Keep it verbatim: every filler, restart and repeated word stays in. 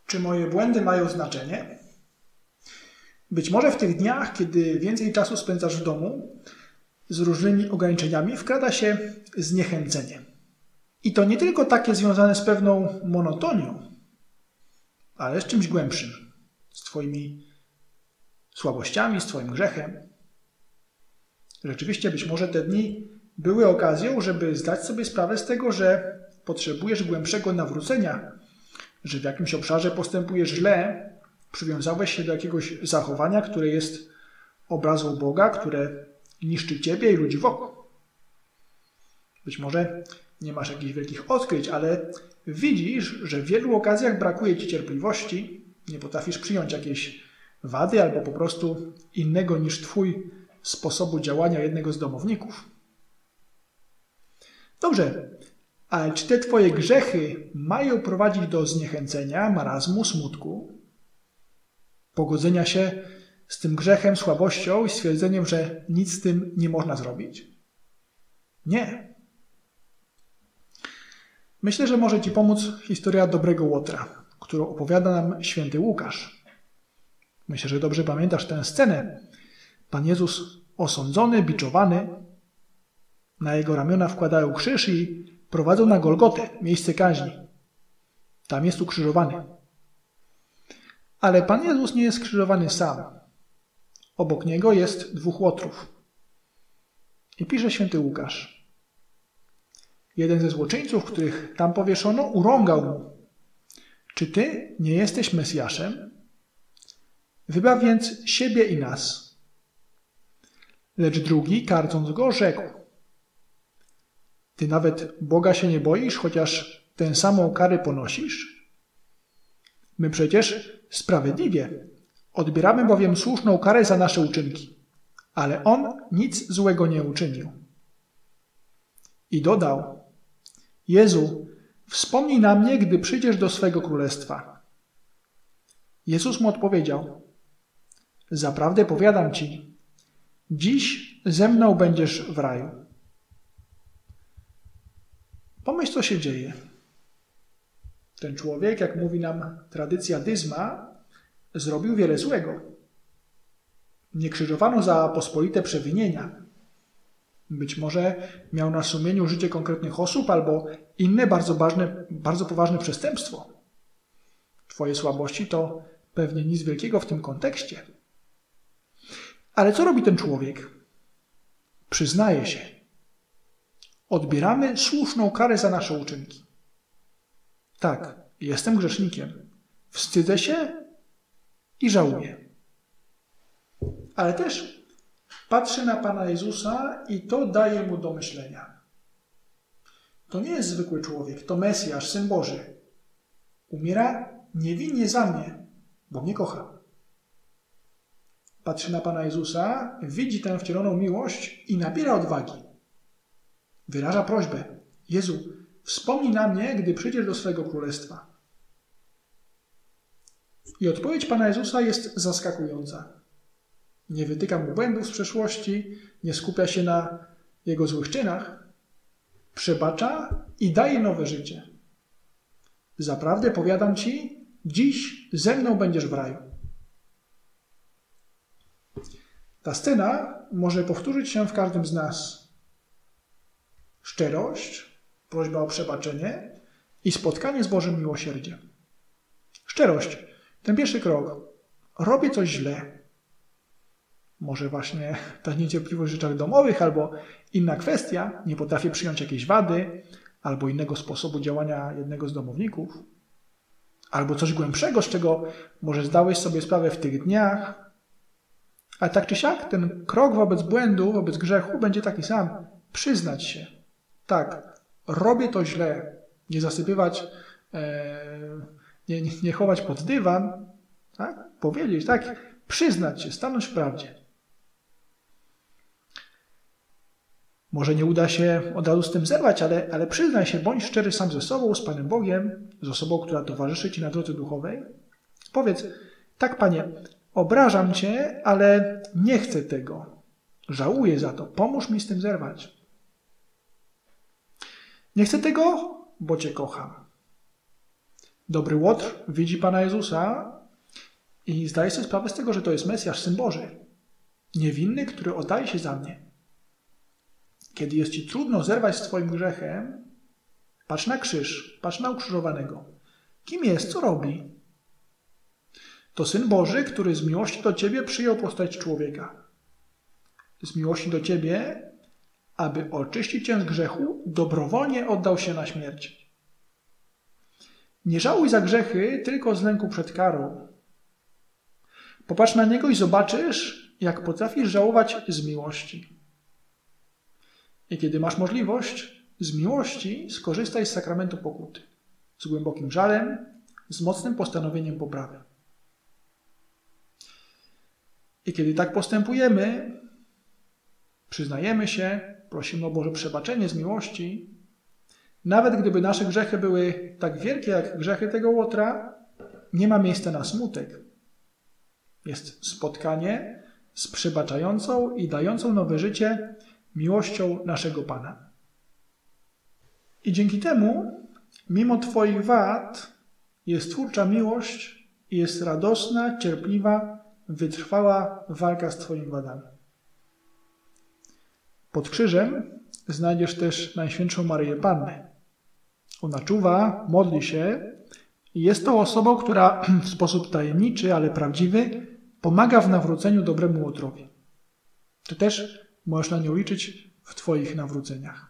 Czy moje błędy mają znaczenie? Być może w tych dniach, kiedy więcej czasu spędzasz w domu z różnymi ograniczeniami, wkrada się zniechęcenie. I to nie tylko takie związane z pewną monotonią, ale z czymś głębszym, z twoimi słabościami, z twoim grzechem. Rzeczywiście być może te dni były okazją, żeby zdać sobie sprawę z tego, że potrzebujesz głębszego nawrócenia, że w jakimś obszarze postępujesz źle, przywiązałeś się do jakiegoś zachowania, które jest obrazą Boga, które niszczy ciebie i ludzi wokół. Być może nie masz jakichś wielkich odkryć, ale widzisz, że w wielu okazjach brakuje ci cierpliwości, nie potrafisz przyjąć jakiejś wady albo po prostu innego niż twój sposobu działania jednego z domowników. Dobrze, ale czy te twoje grzechy mają prowadzić do zniechęcenia, marazmu, smutku, pogodzenia się z tym grzechem, słabością i stwierdzeniem, że nic z tym nie można zrobić? Nie. Myślę, że może ci pomóc historia dobrego Łotra, którą opowiada nam święty Łukasz. Myślę, że dobrze pamiętasz tę scenę. Pan Jezus osądzony, biczowany, na jego ramiona wkładają krzyż i prowadzą na Golgotę, miejsce kaźni. Tam jest ukrzyżowany. Ale Pan Jezus nie jest skrzyżowany sam. Obok Niego jest dwóch łotrów. I pisze święty Łukasz. Jeden ze złoczyńców, których tam powieszono, urągał mu. Czy Ty nie jesteś Mesjaszem? Wybaw więc siebie i nas. Lecz drugi, karcąc go, rzekł. Ty nawet Boga się nie boisz, chociaż tę samą karę ponosisz? My przecież sprawiedliwie odbieramy bowiem słuszną karę za nasze uczynki, ale on nic złego nie uczynił. I dodał, Jezu, wspomnij na mnie, gdy przyjdziesz do swego królestwa. Jezus mu odpowiedział, zaprawdę powiadam ci, dziś ze mną będziesz w raju. Pomyśl, co się dzieje. Ten człowiek, jak mówi nam tradycja dyzma, zrobił wiele złego. Nie krzyżowano za pospolite przewinienia. Być może miał na sumieniu życie konkretnych osób albo inne bardzo ważne, bardzo poważne przestępstwo. Twoje słabości to pewnie nic wielkiego w tym kontekście. Ale co robi ten człowiek? Przyznaje się. Odbieramy słuszną karę za nasze uczynki. Tak, jestem grzesznikiem. Wstydzę się i żałuję. Ale też patrzy na Pana Jezusa i to daje mu do myślenia. To nie jest zwykły człowiek, to Mesjasz, Syn Boży. Umiera niewinnie za mnie, bo mnie kocha. Patrzy na Pana Jezusa, widzi tę wcieloną miłość i nabiera odwagi. Wyraża prośbę. Jezu, wspomnij na mnie, gdy przyjdziesz do swego królestwa. I odpowiedź Pana Jezusa jest zaskakująca. Nie wytyka mu błędów z przeszłości, nie skupia się na jego złych czynach. Przebacza i daje nowe życie. Zaprawdę powiadam ci, dziś ze mną będziesz w raju. Ta scena może powtórzyć się w każdym z nas. Szczerość, prośba o przebaczenie i spotkanie z Bożym miłosierdziem. Szczerość, ten pierwszy krok. Robię coś źle. Może właśnie ta niecierpliwość w rzeczach domowych albo inna kwestia, nie potrafię przyjąć jakiejś wady albo innego sposobu działania jednego z domowników. Albo coś głębszego, z czego może zdałeś sobie sprawę w tych dniach. Ale tak czy siak, ten krok wobec błędu, wobec grzechu będzie taki sam. Przyznać się. Tak, robię to źle. Nie zasypywać, e, nie, nie, nie chować pod dywan. Tak? Powiedzieć, tak? Przyznać się, stanąć w prawdzie. Może nie uda się od razu z tym zerwać, ale, ale przyznaj się, bądź szczery sam ze sobą, z Panem Bogiem, z osobą, która towarzyszy Ci na drodze duchowej. Powiedz, tak Panie, obrażam Cię, ale nie chcę tego. Żałuję za to. Pomóż mi z tym zerwać. Nie chcę tego, bo Cię kocham. Dobry Łotr widzi Pana Jezusa i zdaje sobie sprawę z tego, że to jest Mesjasz, Syn Boży. Niewinny, który oddaje się za mnie. Kiedy jest ci trudno zerwać z twoim grzechem, patrz na krzyż, patrz na ukrzyżowanego. Kim jest, co robi? To Syn Boży, który z miłości do ciebie przyjął postać człowieka. Z miłości do ciebie, aby oczyścić cię z grzechu, dobrowolnie oddał się na śmierć. Nie żałuj za grzechy tylko z lęku przed karą. Popatrz na Niego i zobaczysz, jak potrafisz żałować z miłości. I kiedy masz możliwość, z miłości skorzystaj z sakramentu pokuty. Z głębokim żalem, z mocnym postanowieniem poprawy. I kiedy tak postępujemy, przyznajemy się, prosimy o Boże przebaczenie z miłości, nawet gdyby nasze grzechy były tak wielkie jak grzechy tego Łotra, nie ma miejsca na smutek. Jest spotkanie z przebaczającą i dającą nowe życie miłością naszego Pana. I dzięki temu, mimo Twoich wad, jest twórcza miłość i jest radosna, cierpliwa, wytrwała walka z Twoimi wadami. Pod krzyżem znajdziesz też Najświętszą Maryję Pannę. Ona czuwa, modli się i jest to osobą, która w sposób tajemniczy, ale prawdziwy pomaga w nawróceniu dobremu Łotrowi. Ty też możesz na nią liczyć w Twoich nawróceniach.